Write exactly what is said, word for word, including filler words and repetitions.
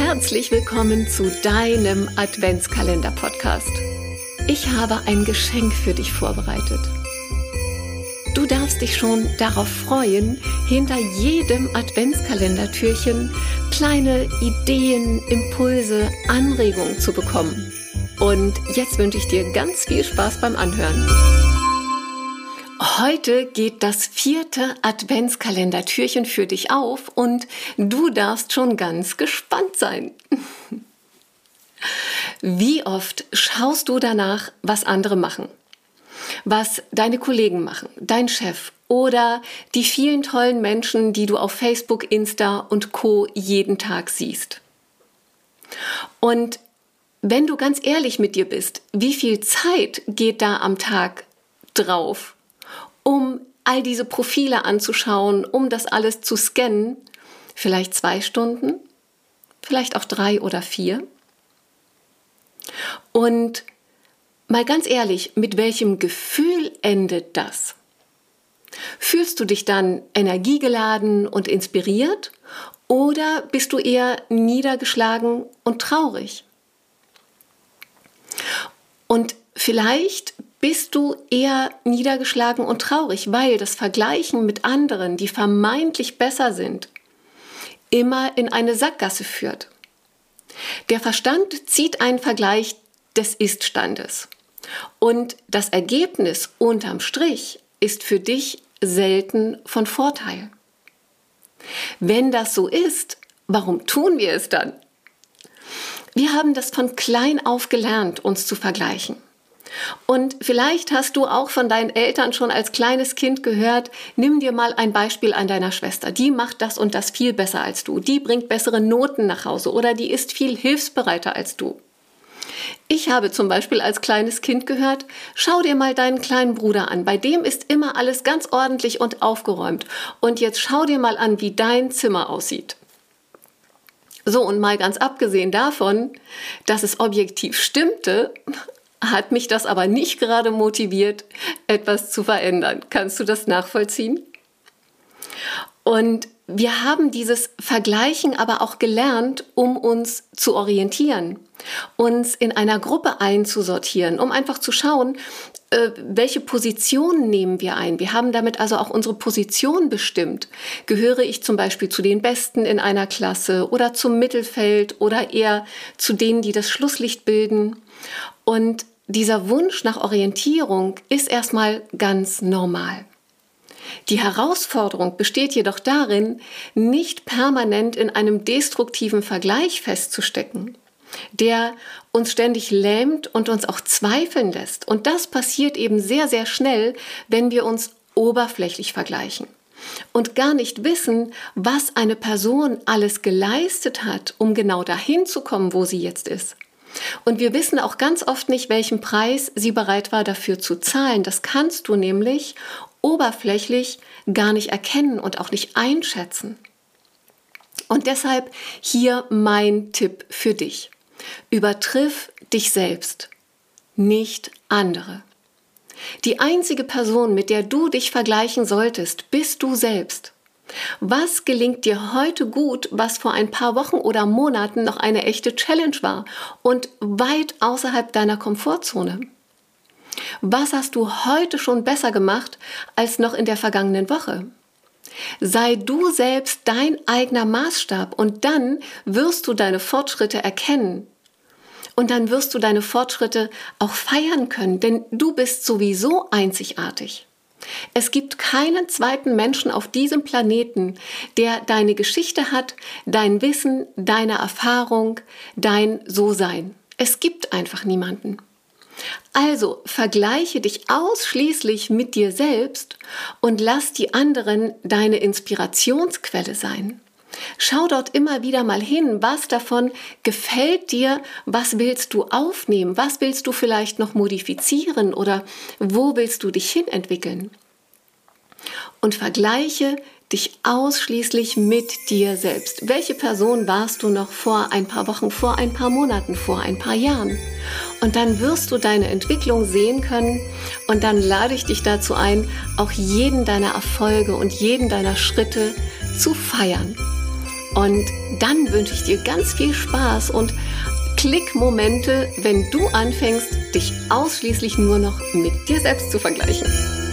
Herzlich willkommen zu deinem Adventskalender-Podcast. Ich habe ein Geschenk für dich vorbereitet. Du darfst dich schon darauf freuen, hinter jedem Adventskalendertürchen kleine Ideen, Impulse, Anregungen zu bekommen. Und jetzt wünsche ich dir ganz viel Spaß beim Anhören. Heute geht das vierte Adventskalendertürchen für dich auf und du darfst schon ganz gespannt sein. Wie oft schaust du danach, was andere machen? Was deine Kollegen machen, dein Chef oder die vielen tollen Menschen, die du auf Facebook, Insta und Co. jeden Tag siehst. Und wenn du ganz ehrlich mit dir bist, wie viel Zeit geht da am Tag drauf, um all diese Profile anzuschauen, um das alles zu scannen? Vielleicht zwei Stunden, vielleicht auch drei oder vier. Und mal ganz ehrlich, mit welchem Gefühl endet das? Fühlst du dich dann energiegeladen und inspiriert oder bist du eher niedergeschlagen und traurig? Und vielleicht bist du eher niedergeschlagen und traurig, weil das Vergleichen mit anderen, die vermeintlich besser sind, immer in eine Sackgasse führt. Der Verstand zieht einen Vergleich des Ist-Standes. Und das Ergebnis unterm Strich ist für dich selten von Vorteil. Wenn das so ist, warum tun wir es dann? Wir haben das von klein auf gelernt, uns zu vergleichen. Und vielleicht hast du auch von deinen Eltern schon als kleines Kind gehört, nimm dir mal ein Beispiel an deiner Schwester. Die macht das und das viel besser als du. Die bringt bessere Noten nach Hause oder die ist viel hilfsbereiter als du. Ich habe zum Beispiel als kleines Kind gehört, schau dir mal deinen kleinen Bruder an. Bei dem ist immer alles ganz ordentlich und aufgeräumt. Und jetzt schau dir mal an, wie dein Zimmer aussieht. So, und mal ganz abgesehen davon, dass es objektiv stimmte, hat mich das aber nicht gerade motiviert, etwas zu verändern. Kannst du das nachvollziehen? Und wir haben dieses Vergleichen aber auch gelernt, um uns zu orientieren, uns in einer Gruppe einzusortieren, um einfach zu schauen, äh, welche Positionen nehmen wir ein. Wir haben damit also auch unsere Position bestimmt. Gehöre ich zum Beispiel zu den Besten in einer Klasse oder zum Mittelfeld oder eher zu denen, die das Schlusslicht bilden? Und dieser Wunsch nach Orientierung ist erstmal ganz normal. Die Herausforderung besteht jedoch darin, nicht permanent in einem destruktiven Vergleich festzustecken, der uns ständig lähmt und uns auch zweifeln lässt. Und das passiert eben sehr, sehr schnell, wenn wir uns oberflächlich vergleichen und gar nicht wissen, was eine Person alles geleistet hat, um genau dahin zu kommen, wo sie jetzt ist. Und wir wissen auch ganz oft nicht, welchen Preis sie bereit war, dafür zu zahlen. Das kannst du nämlich oberflächlich gar nicht erkennen und auch nicht einschätzen. Und deshalb hier mein Tipp für dich. Übertriff dich selbst, nicht andere. Die einzige Person, mit der du dich vergleichen solltest, bist du selbst. Was gelingt dir heute gut, was vor ein paar Wochen oder Monaten noch eine echte Challenge war und weit außerhalb deiner Komfortzone? Was hast du heute schon besser gemacht als noch in der vergangenen Woche? Sei du selbst dein eigener Maßstab und dann wirst du deine Fortschritte erkennen. Und dann wirst du deine Fortschritte auch feiern können, denn du bist sowieso einzigartig. Es gibt keinen zweiten Menschen auf diesem Planeten, der deine Geschichte hat, dein Wissen, deine Erfahrung, dein So-Sein. Es gibt einfach niemanden. Also vergleiche dich ausschließlich mit dir selbst und lass die anderen deine Inspirationsquelle sein. Schau dort immer wieder mal hin, was davon gefällt dir, was willst du aufnehmen, was willst du vielleicht noch modifizieren oder wo willst du dich hin entwickeln? Und vergleiche dich ausschließlich mit dir selbst. Welche Person warst du noch vor ein paar Wochen, vor ein paar Monaten, vor ein paar Jahren? Und dann wirst du deine Entwicklung sehen können und dann lade ich dich dazu ein, auch jeden deiner Erfolge und jeden deiner Schritte zu feiern. Und dann wünsche ich dir ganz viel Spaß und Klickmomente, wenn du anfängst, dich ausschließlich nur noch mit dir selbst zu vergleichen.